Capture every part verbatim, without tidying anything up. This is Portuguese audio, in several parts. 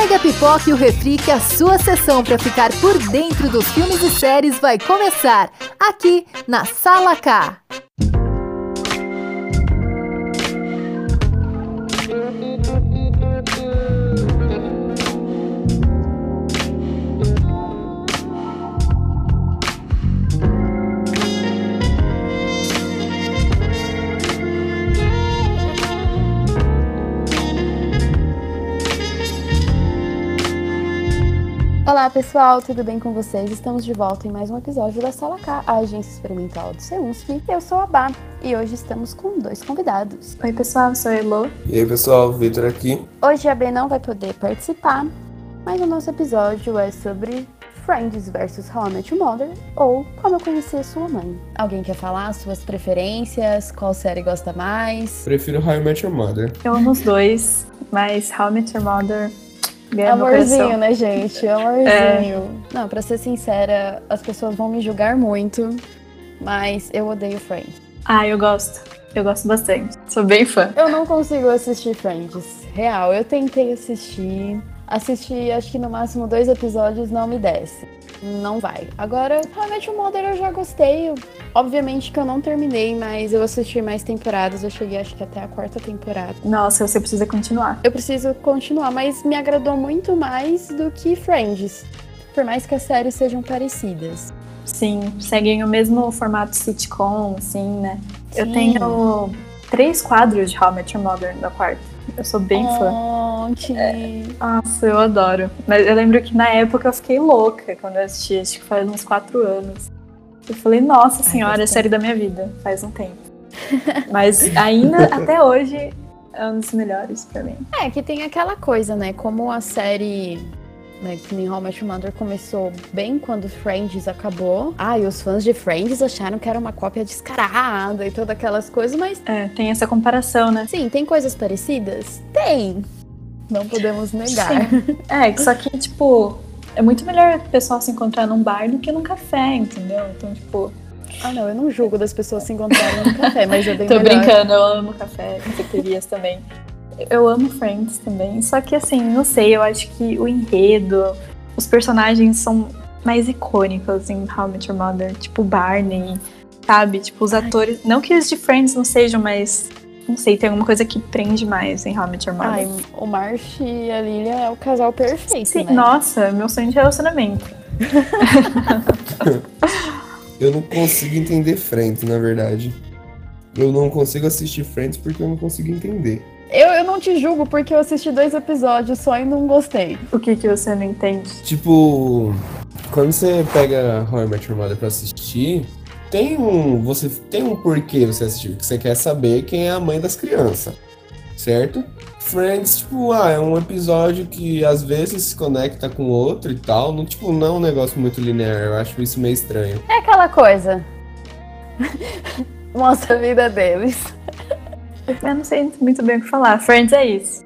Pegue a pipoca e o refri que a sua sessão para ficar por dentro dos filmes e séries vai começar aqui na Sala K. Olá pessoal, tudo bem com vocês? Estamos de volta em mais um episódio da Sala K, a agência experimental do C E U S P. Eu sou a Bá e hoje estamos com dois convidados. Oi pessoal, eu sou a Elo. E aí pessoal, Vitor aqui. Hoje a B não vai poder participar, mas o nosso episódio é sobre Friends versus How I Met Your Mother, ou Como Eu Conheci a Sua Mãe. Alguém quer falar suas preferências? Qual série gosta mais? Prefiro How I Met Your Mother. Eu amo os dois, mas How I Met Your Mother... Amorzinho, né, gente? Amorzinho. É. Não, pra ser sincera, as pessoas vão me julgar muito, mas eu odeio Friends. Ah, eu gosto. Eu gosto bastante. Sou bem fã. Eu não consigo assistir Friends. Real, eu tentei assistir. Assisti, acho que no máximo dois episódios, não me desce. Não vai. Agora, How I Met Your Mother eu já gostei. Obviamente que eu não terminei, mas eu assisti mais temporadas. Eu cheguei, acho que até a quarta temporada. Nossa, você precisa continuar. Eu preciso continuar, mas me agradou muito mais do que Friends. Por mais que as séries sejam parecidas. Sim, seguem o mesmo formato sitcom, assim, né? Sim. Eu tenho três quadros de How I Met Your Mother no meu quarto. Eu sou bem oh, fã. É, nossa, eu adoro. Mas eu lembro que na época eu fiquei louca quando eu assisti, acho que faz uns quatro anos. Eu falei, nossa senhora, é a série da minha vida, faz um tempo. Mas ainda, até hoje, é um dos melhores pra mim. É, que tem aquela coisa, né, como a série... Né, que nem How I Met Your Mother começou bem quando Friends acabou. Ah, e os fãs de Friends acharam que era uma cópia descarada e todas aquelas coisas, mas... É, tem essa comparação, né? Sim, tem coisas parecidas? Tem! Não podemos negar. Sim. É, só que, tipo, é muito melhor o pessoal se encontrar num bar do que num café, entendeu? Então, tipo... Ah, não, eu não julgo das pessoas se encontrarem num café, mas é bem Tô melhor. brincando, eu amo café, cafeterias também. Eu amo Friends também, só que assim, não sei, eu acho que o enredo, os personagens são mais icônicos em How I Met Your Mother, tipo Barney, sabe? Tipo, os atores, não que os de Friends não sejam, mas não sei, tem alguma coisa que prende mais em How I Met Your Mother. Ai, o Marsh e a Lilia é o casal perfeito, Sim, né? Nossa, meu sonho de relacionamento. Eu não consigo entender Friends, na verdade. Eu não consigo assistir Friends porque eu não consigo entender. Eu, eu não te julgo porque eu assisti dois episódios só e não gostei. O que que você não entende? Tipo, quando você pega How I Met Your Mother pra assistir, tem um, você, tem um porquê você assistir, porque você quer saber quem é a mãe das crianças, certo? Friends, tipo, ah, é um episódio que às vezes se conecta com outro e tal, não, tipo, não é um negócio muito linear, eu acho isso meio estranho. É aquela coisa. Mostra a vida deles. Eu não sei muito bem o que falar. Friends é isso.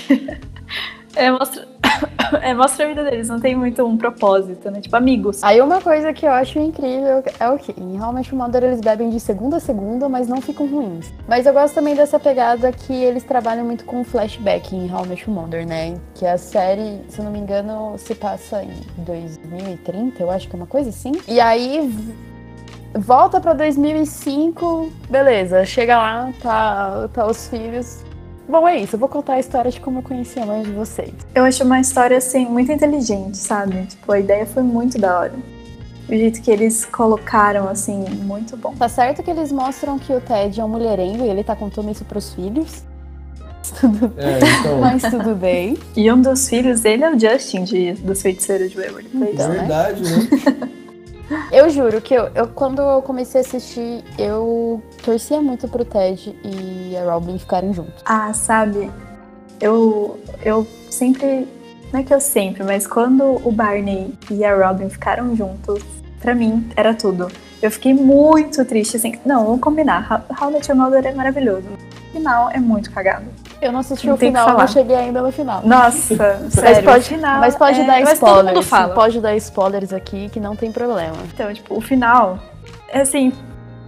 é, mostra... é, mostra a vida deles, não tem muito um propósito, né? Tipo, amigos. Aí uma coisa que eu acho incrível é o quê? Em How I Met Your Mother eles bebem de segunda a segunda, mas não ficam ruins. Mas eu gosto também dessa pegada que eles trabalham muito com flashback em How I Met Your Mother, né? Que a série, se eu não me engano, se passa em dois mil e trinta, eu acho que é uma coisa assim. E aí... volta pra dois mil e cinco, beleza, chega lá, tá, tá os filhos. Bom, é isso, eu vou contar a história de como eu conheci a mãe de vocês. Eu acho uma história, assim, muito inteligente, sabe? Tipo, a ideia foi muito da hora. O jeito que eles colocaram, assim, muito bom. Tá certo que eles mostram que o Ted é um mulherengo e ele tá contando isso pros filhos. Tudo... É, então... Mas tudo bem. E um dos filhos, ele é o Justin, de, dos Feiticeiros de Waverly Place. Então, é verdade, né? Eu juro que eu, eu, quando eu comecei a assistir, eu torcia muito pro Ted e a Robin ficarem juntos. Ah, sabe, eu, eu sempre, não é que eu sempre, mas quando o Barney e a Robin ficaram juntos, pra mim, era tudo. Eu fiquei muito triste, assim, não, vamos combinar, How I Met Your Mother é maravilhoso, o final é muito cagado. Eu não assisti não o final, não cheguei ainda no final. Nossa, mas sério, pode, o final mas pode é, dar mas spoilers. todo mundo fala. Pode dar spoilers aqui que não tem problema. Então, tipo, o final, é assim,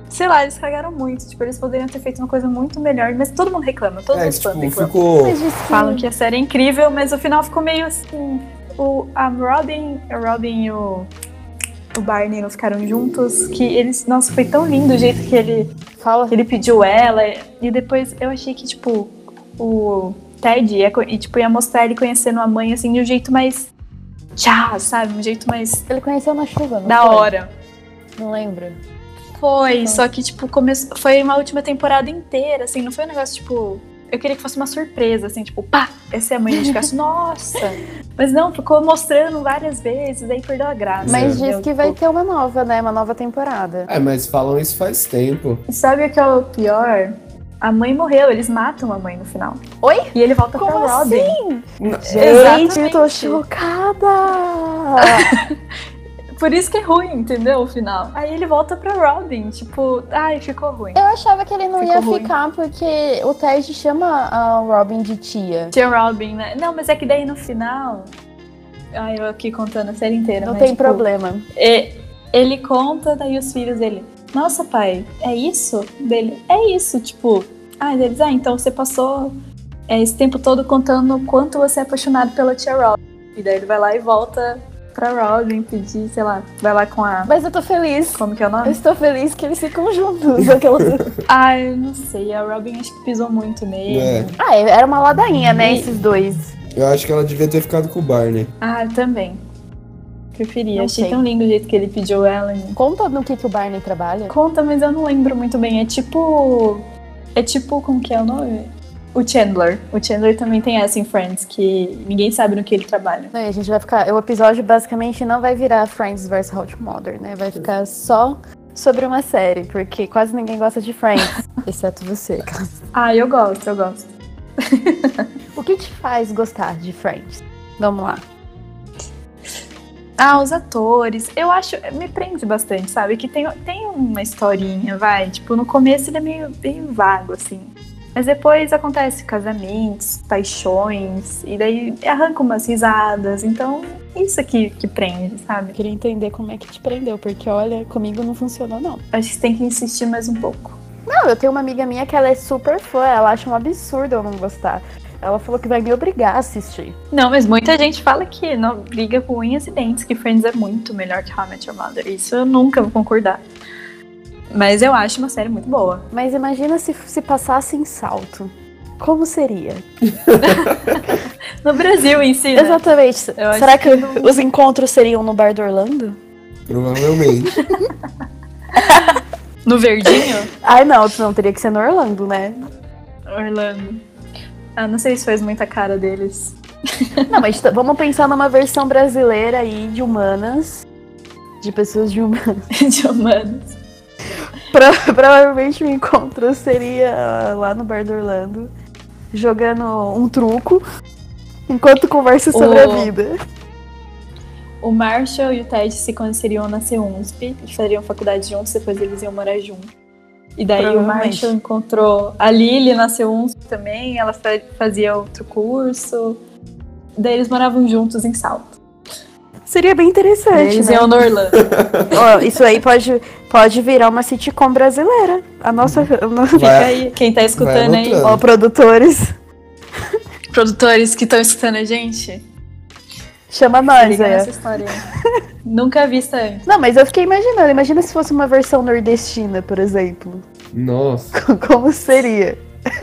sei lá, eles cagaram muito. Tipo, eles poderiam ter feito uma coisa muito melhor, mas todo mundo reclama, todos É, os fãs tipo, reclamam. ficou. Mas diz que- Falam que a série é incrível, mas o final ficou meio assim. O, a Robin, a Robin e o, o Barney não ficaram juntos. Que eles. Nossa, foi tão lindo o jeito que ele, Fala. que ele pediu ela. E depois eu achei que, tipo, o Ted ia, co- e, tipo, ia mostrar ele conhecendo a mãe assim de um jeito mais. Já, sabe? Um jeito mais Ele conheceu na chuva, não da foi? hora. Não lembro. Foi, só que, tipo, começou, foi uma última temporada inteira, assim, não foi um negócio, tipo... Eu queria que fosse uma surpresa, assim, tipo, pá, essa é a mãe, a gente ficasse, nossa! Mas não, ficou mostrando várias vezes, aí perdeu a graça. Mas entendeu? diz que vai Tipo, ter uma nova, né? Uma nova temporada. É, mas falam isso faz tempo. E sabe o que é o pior? A mãe morreu, eles matam a mãe no final. Oi? E ele volta Como pra Robin. assim? Gente, Exatamente. tô chocada! Por isso que é ruim, entendeu? O final. Aí ele volta pra Robin, tipo, ai, ficou ruim. Eu achava que ele não Ficou ia ruim. ficar porque o Ted chama a Robin de tia. Tia Robin, né? Não, mas é que daí no final... Ai, eu aqui contando a série inteira. Não mas, tem tipo, problema. E- ele conta, daí os filhos dele, nossa, pai, é isso? Dele, é isso, tipo, ah, eles, ah, então você passou é, esse tempo todo contando o quanto você é apaixonado pela tia Robin. E daí ele vai lá e volta pra Robin pedir, sei lá, vai lá com a. Mas eu tô feliz. Como que é o Eu nome? estou feliz que eles ficam juntos. Aquelas... Ah, eu não sei, a Robin acho que pisou muito nele. É, ah, era uma ladainha, né? E- Esses dois. eu acho que ela devia ter ficado com o Barney. Ah, também. Preferia, Não achei sei. tão lindo o jeito que ele pediu ela. Conta no que, que o Barney trabalha. Conta, mas eu não lembro muito bem. É tipo. É tipo, como que é o nome? O Chandler. O Chandler também tem essa em Friends, que ninguém sabe no que ele trabalha. Não, e a gente vai ficar. O episódio basicamente não vai virar Friends versus How to Mother, né? Vai ficar só sobre uma série, porque quase ninguém gosta de Friends, exceto você. Ah, eu gosto, eu gosto. O que te faz gostar de Friends? Vamos lá. Ah, os atores. Eu acho. Me prende bastante, sabe? Que tem, tem uma historinha, vai. Tipo, no começo ele é meio, meio vago, assim. Mas depois acontece casamentos, paixões, e daí arranca umas risadas. Então, isso aqui que prende, sabe? Eu queria entender como é que te prendeu, porque olha, comigo não funcionou, não. Acho que você tem que insistir mais um pouco. Não, eu tenho uma amiga minha que ela é super fã, ela acha um absurdo eu não gostar. Ela falou que vai me obrigar a assistir. Não, mas muita gente fala que não briga com unhas e dentes, que Friends é muito melhor que How I Met Your Mother. Isso eu nunca vou concordar. Mas eu acho uma série muito boa. Mas imagina se, se passasse em Salto. Como seria? No Brasil em si, né? Exatamente. Eu acho Será que, que não- os encontros seriam no bar do Orlando? Provavelmente. No verdinho? Ai, não, não, teria que ser no Orlando, né? Orlando. Ah, não sei se faz muita cara deles. Não, mas t- vamos pensar numa versão brasileira aí de humanas. De pessoas de humanas. De humanos. Pro- provavelmente o encontro seria lá no bar do Orlando, jogando um truco, enquanto conversa sobre O- a vida. O Marshall e o Ted se conheceriam na C U S P, fariam faculdade juntos, depois eles iam morar juntos. E daí o Provavelmente. Marshall encontrou a Lily na C U S P também, ela fa- fazia outro curso. Daí eles moravam juntos em Salto. Seria bem interessante, Eles né? iam no Orlando. Ó, isso aí pode, pode virar uma sitcom brasileira. A nossa... a no- Fica Vai- aí, quem tá escutando vai aí, anotando. Ó, produtores, produtores que estão escutando a gente, chama se nós, liga é. nessa história aí. Nunca vista antes. Não, mas eu fiquei imaginando. Imagina se fosse uma versão nordestina, por exemplo. Nossa. Como seria?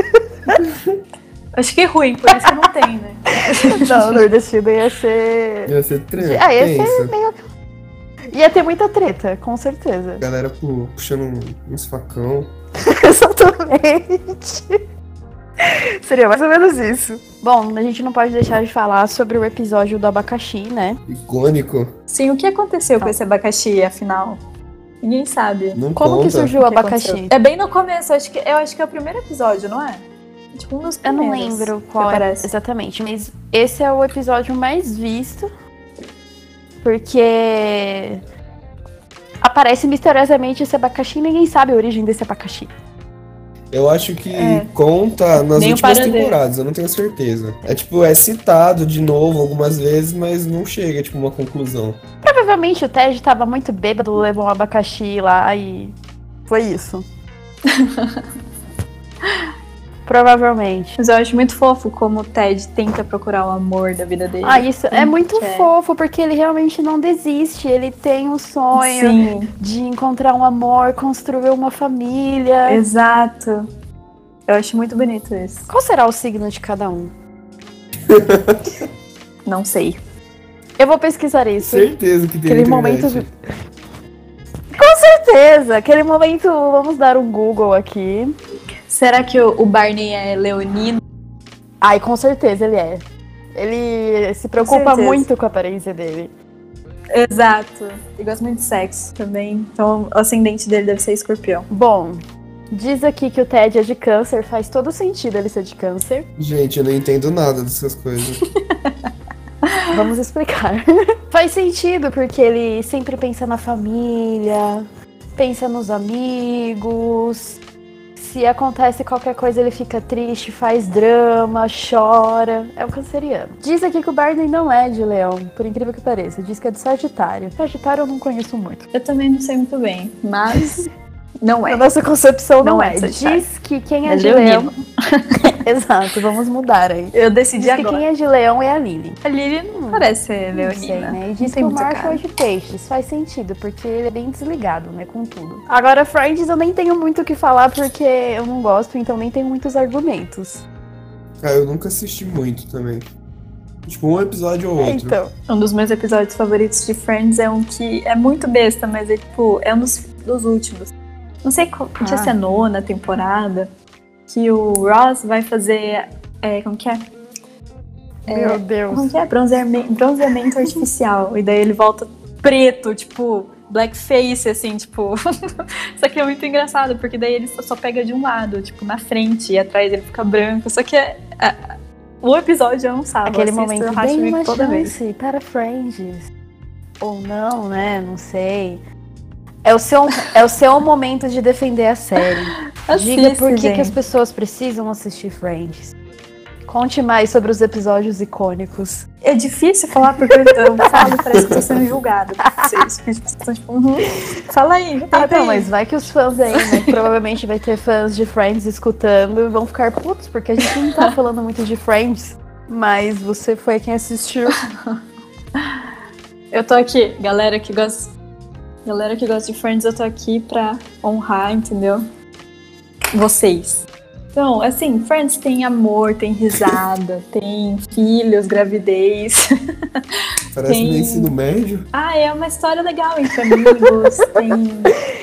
Acho que é ruim, por isso que não tem, né? Não, nordestina ia ser... Ia ser treta. Ah, ia ser Pensa. meio... Ia ter muita treta, com certeza. Galera pu- puxando um- uns facão. Exatamente. Seria mais ou menos isso. Bom, a gente não pode deixar de falar sobre o episódio do abacaxi, né? Icônico. Sim, o que aconteceu com esse abacaxi, afinal? Ninguém sabe. Não Como conta. que surgiu o O que abacaxi? aconteceu? É bem no começo, acho que, eu acho que é o primeiro episódio, não é? Tipo, um dos Eu não primeiros lembro que qual é aparece. exatamente, mas esse é o episódio mais visto. Porque aparece misteriosamente esse abacaxi e ninguém sabe a origem desse abacaxi. Eu acho que É. conta nas Nem o últimas paradeiro. temporadas, eu não tenho certeza. É tipo, é citado de novo algumas vezes, mas não chega, tipo, uma conclusão. Provavelmente o Ted tava muito bêbado, levou um abacaxi lá e Foi isso. Provavelmente. Mas eu acho muito fofo como o Ted tenta procurar o amor da vida dele. Ah, isso é muito é. fofo, porque ele realmente não desiste. Ele tem um sonho Sim. de encontrar um amor, construir uma família. Exato. Eu acho muito bonito isso. Qual será o signo de cada um? Não sei. Eu vou pesquisar isso. Certeza que tem Aquele na momento. internet. Com certeza! Aquele momento, vamos dar um Google aqui. Será que o, o Barney é leonino? Ai, com certeza ele é. Ele se preocupa certeza. muito com a aparência dele. Exato. Ele gosta muito de sexo também. Então o ascendente dele deve ser escorpião. Bom, diz aqui que o Ted é de câncer, faz todo sentido ele ser de câncer. Gente, eu não entendo nada dessas coisas. Vamos explicar. Faz sentido, porque ele sempre pensa na família, pensa nos amigos. Se acontece qualquer coisa, ele fica triste, faz drama, chora. É o canceriano. Diz aqui que o Barney não é de leão, por incrível que pareça. Diz que é de Sagitário. Sagitário eu não conheço muito. Eu também não sei muito bem, mas não é. Na nossa concepção não, Não é. é Sagitário. Diz que quem é, É de leonino. leão... Exato, vamos mudar aí. Eu decidi Diz que agora. quem é de leão é a Lily. A Lily não parece ser Não leonina. sei, né? E Não diz que tem o muita Marshall cara. é de peixes. Faz sentido, porque ele é bem desligado, né, com tudo. Agora, Friends eu nem tenho muito o que falar, porque eu não gosto, então nem tenho muitos argumentos. Ah, eu nunca assisti muito também. Tipo, um episódio ou outro. Então, Um dos meus episódios favoritos de Friends é um que é muito besta, mas é tipo, é um dos, dos últimos. Não sei qual, não sei Ah. se é a nona temporada, que o Ross vai fazer, é, como que é? meu Como Deus. que é? Bronzeamento, bronzeamento artificial. E daí ele volta preto, tipo, blackface, assim, tipo... Isso aqui é muito engraçado, porque daí ele só pega de um lado, tipo, na frente, e atrás ele fica branco. Só que é... é- o episódio é um sábado. Aquele assisto, momento, eu racho o bem bico uma toda vez. chance para Friends. Ou não, né? Não sei. É o seu, é o seu momento de defender a série. Diga Assiste, por que, que gente. as pessoas precisam assistir Friends. Conte mais sobre os episódios icônicos. É difícil falar porque eu falo e parece que eu tô sendo julgada por vocês. Porque as pessoas estão tipo, uhum. Fala aí, Ah, fala não, aí. mas vai que os fãs aí, né? Provavelmente vai ter fãs de Friends escutando e vão ficar putos, porque a gente não tá falando muito de Friends. Mas você foi quem assistiu. Eu tô aqui, galera que gosta. Galera que gosta de Friends, eu tô aqui pra honrar, entendeu? Vocês. Então, assim, Friends tem amor, tem risada, tem filhos, gravidez. Parece Tem- no ensino médio. Ah, é uma história legal entre amigos, tem...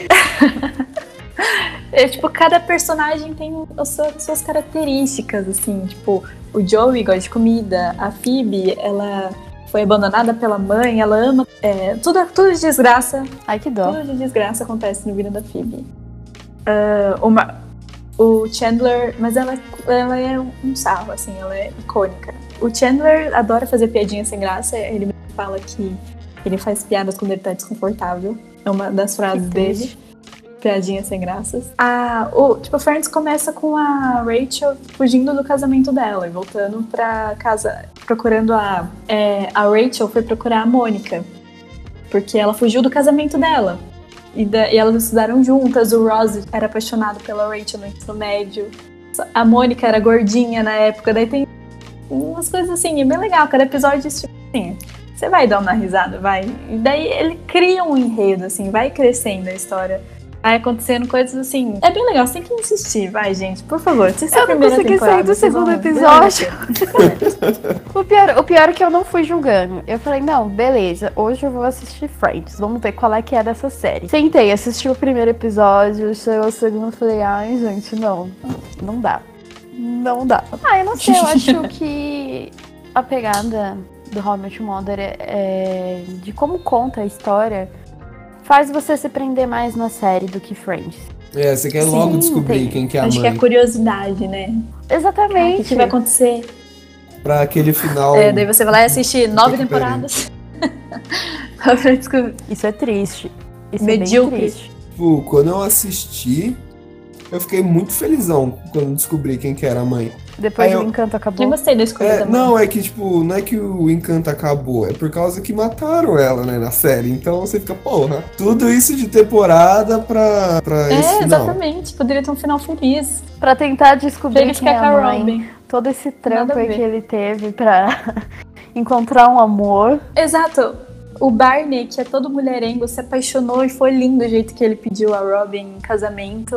É, tipo, cada personagem tem as suas, suas características, assim, tipo, o Joey gosta de comida, a Phoebe, ela foi abandonada pela mãe, ela ama, é, tudo, tudo de desgraça, Ai, que dó. tudo de desgraça acontece na vida da Phoebe. Ah, uma, o Chandler, mas ela, ela é um sarro, assim, ela é icônica. O Chandler adora fazer piadinha sem graça, ele me fala que ele faz piadas quando ele tá desconfortável, é uma das frases Que dele. triste. Piadinhas sem graças. Ah, o, tipo, Friends começa com a Rachel fugindo do casamento dela e voltando pra casa, procurando a... É, a Rachel foi procurar a Mônica, porque ela fugiu do casamento dela. E, da, e elas estudaram juntas, o Ross era apaixonado pela Rachel no ensino médio. A Mônica era gordinha na época, daí tem umas coisas assim, é bem legal. Cada episódio, tipo assim, você vai dar uma risada, vai. E daí ele cria um enredo, assim, vai crescendo a história. Vai acontecendo coisas assim. É bem legal, você tem que insistir, vai, gente. Por favor, assista a Eu não primeira consegui temporada. sair do vocês segundo vão- episódio. O pior, o pior é que eu não fui julgando. Eu falei, não, beleza, hoje eu vou assistir Friends. Vamos ver qual é que é dessa série. Tentei, assisti o primeiro episódio, chegou o segundo e falei, ai, gente, não. Não dá. Não dá. Ah, eu não sei, eu acho que a pegada do How I Met Your Mother é, é de como conta a história faz você se prender mais na série do que Friends. É, você quer Sim, logo descobrir tem. quem que é a Acho que mãe. é curiosidade, né? Ah, Exatamente. o que, que vai acontecer? Pra aquele final. É, daí você vai lá e assiste nove que temporadas. Pra descobrir. Isso é triste. Isso Medíocre. é bem triste. Tipo, quando eu assisti, eu fiquei muito felizão quando descobri quem que era a mãe. Depois Aí o eu- encanto Eu acabou. gostei da escolha É, também. não, é que, tipo, não é que o encanto acabou, é por causa que mataram ela, né, na série. Então você fica, porra, tudo isso de temporada pra, pra esse É, final. exatamente. Poderia ter um final feliz. Pra tentar Pra descobrir ele quem é ficar com a a mãe. Robin. Todo esse trampo Nada a aí ver. que ele teve pra encontrar um amor. Exato. O Barney, que é todo mulherengo, se apaixonou e foi lindo o jeito que ele pediu a Robin em casamento.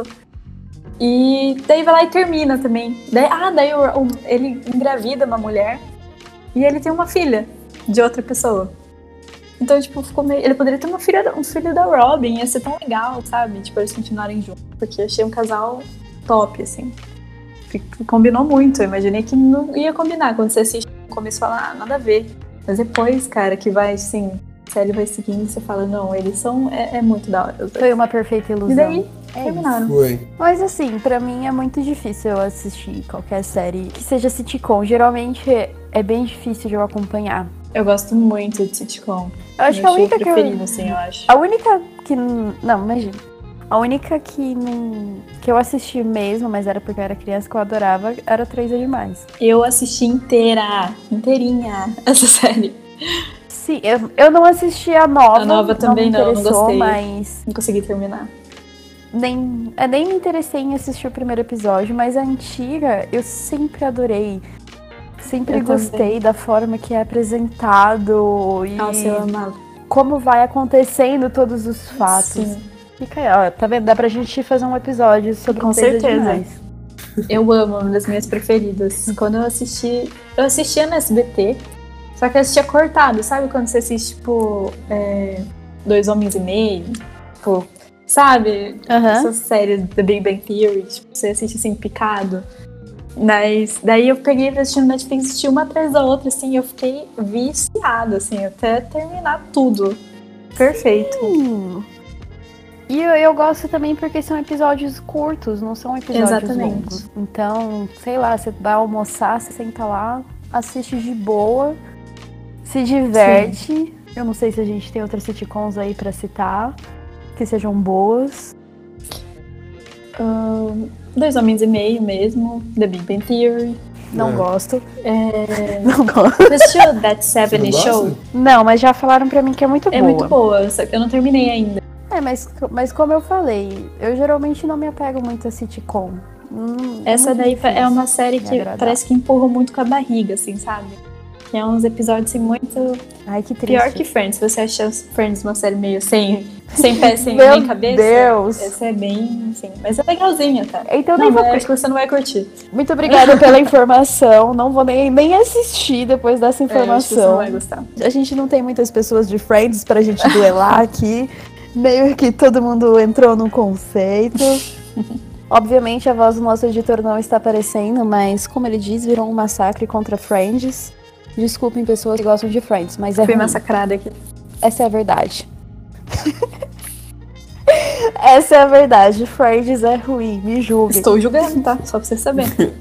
E daí vai lá e termina também. Daí, ah, daí o- o- ele engravida uma mulher e ele tem uma filha de outra pessoa. Então, tipo, ficou meio... Ele poderia ter uma filha, um filho da Robin, ia ser tão legal, sabe? Tipo, eles continuarem juntos. Porque eu achei um casal top, assim. Fic- Combinou muito. Eu imaginei que não ia combinar. Quando você assiste no começo, fala, ah, nada a ver. Mas depois, cara, que vai, assim, a série vai seguindo, você fala, não, eles são... É, é muito da hora. os dois. Foi uma perfeita ilusão. E daí, É terminaram. Foi. Mas assim, pra mim é muito difícil eu assistir qualquer série que seja sitcom. Geralmente é bem difícil de eu acompanhar. Eu gosto muito de sitcom. Eu acho Meu que a estilo única que eu... preferido, assim, eu acho. A única que... n- Não, imagina. A única que não... que eu assisti mesmo, mas era porque eu era criança, que eu adorava, era Três é Demais. Eu assisti inteira, inteirinha, essa série. Sim, eu, eu não assisti a nova. A nova também me não, não interessou, gostei. Mas Não consegui terminar. nem, eu nem me interessei em assistir o primeiro episódio, mas a antiga eu sempre adorei. Sempre Eu gostei também. da forma que é apresentado e Nossa, eu amava. como vai acontecendo todos os fatos. Sim. Fica aí, ó, tá vendo? Dá pra gente fazer um episódio sobre Com Três é certeza. Demais. Eu amo, uma das minhas preferidas. Quando eu assisti. Eu assistia no S B T, só que eu assistia cortado, sabe? Quando você assiste, tipo, é, Dois Homens e Meio, tipo, sabe? Aham. Essas séries The Big Bang Theory, tipo, você assiste assim, picado. Mas daí eu peguei pra assistir no Netflix, assisti uma atrás da outra, assim, eu fiquei viciada, assim, até terminar tudo. Perfeito. Hum. E eu, eu gosto também porque são episódios curtos, não são episódios Exatamente. longos. Então, sei lá, você vai almoçar, você senta lá, assiste de boa, se diverte. Eu não sei se a gente tem outras sitcoms aí pra citar, que sejam boas. Ahn, Dois Homens e Meio mesmo, The Big Bang Theory. Não É. gosto. É... Não gosto. Você assistiu That Você não seventies gosta? Show? Não, mas já falaram pra mim que é muito É boa. muito boa, só que eu não terminei ainda. É, mas, mas como eu falei, eu geralmente não me apego muito a sitcom. Hum, é Essa muito daí difícil é uma série me que agradar. parece que empurra muito com a barriga, assim, sabe? Que é uns episódios assim, muito. Ai, que triste. Pior que Friends. Você acha Friends uma série meio sem, sem pé, sem Meu nem cabeça? Deus. Essa é bem, assim. Mas é legalzinha, tá? Então Não, nem vou... mas acho que você não vai curtir. Muito obrigada pela informação. Não vou nem, nem assistir depois dessa É, acho que você não informação. vai gostar. A gente não tem muitas pessoas de Friends pra gente duelar aqui. Meio que todo mundo entrou no conceito. Obviamente a voz do nosso editor não está aparecendo, mas como ele diz, virou um massacre contra Friends. Desculpem pessoas que gostam de Friends, mas é Fui ruim. massacrada aqui. Essa é a verdade. Essa é a verdade. Friends é ruim, me julguem. Estou julgando, tá? Só pra você saber.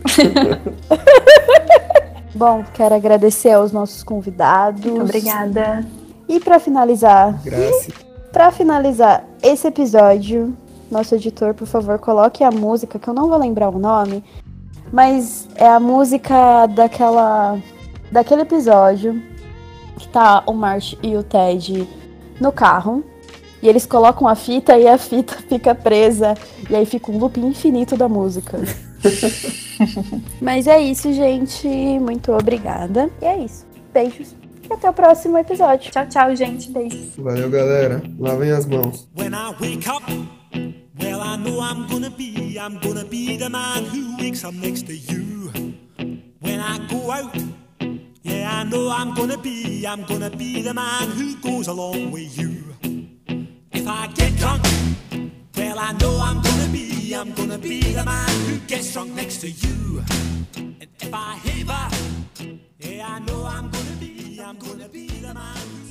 Bom, quero agradecer aos nossos convidados. Muito obrigada. E pra finalizar, Graça. Pra finalizar esse episódio, nosso editor, por favor, coloque a música, que eu não vou lembrar o nome, mas é a música daquela daquele episódio que tá o Marsh e o Ted no carro, e eles colocam a fita e a fita fica presa, e aí fica um loop infinito da música. Mas é isso, gente. Muito obrigada. E é isso. Beijos. E até o próximo episódio. Tchau, tchau, gente. Beijos. Valeu, galera. Lavem as mãos. When I wake up, well, I know I'm gonna be, I'm gonna be the man who wakes up next to you. When I go out, yeah, I know I'm gonna be, I'm gonna be the man who goes along with you. If I get drunk, well, I know I'm gonna be, I'm gonna be the man who gets drunk next to you. And if I haver, yeah, I know I'm gonna be, I'm gonna be the man who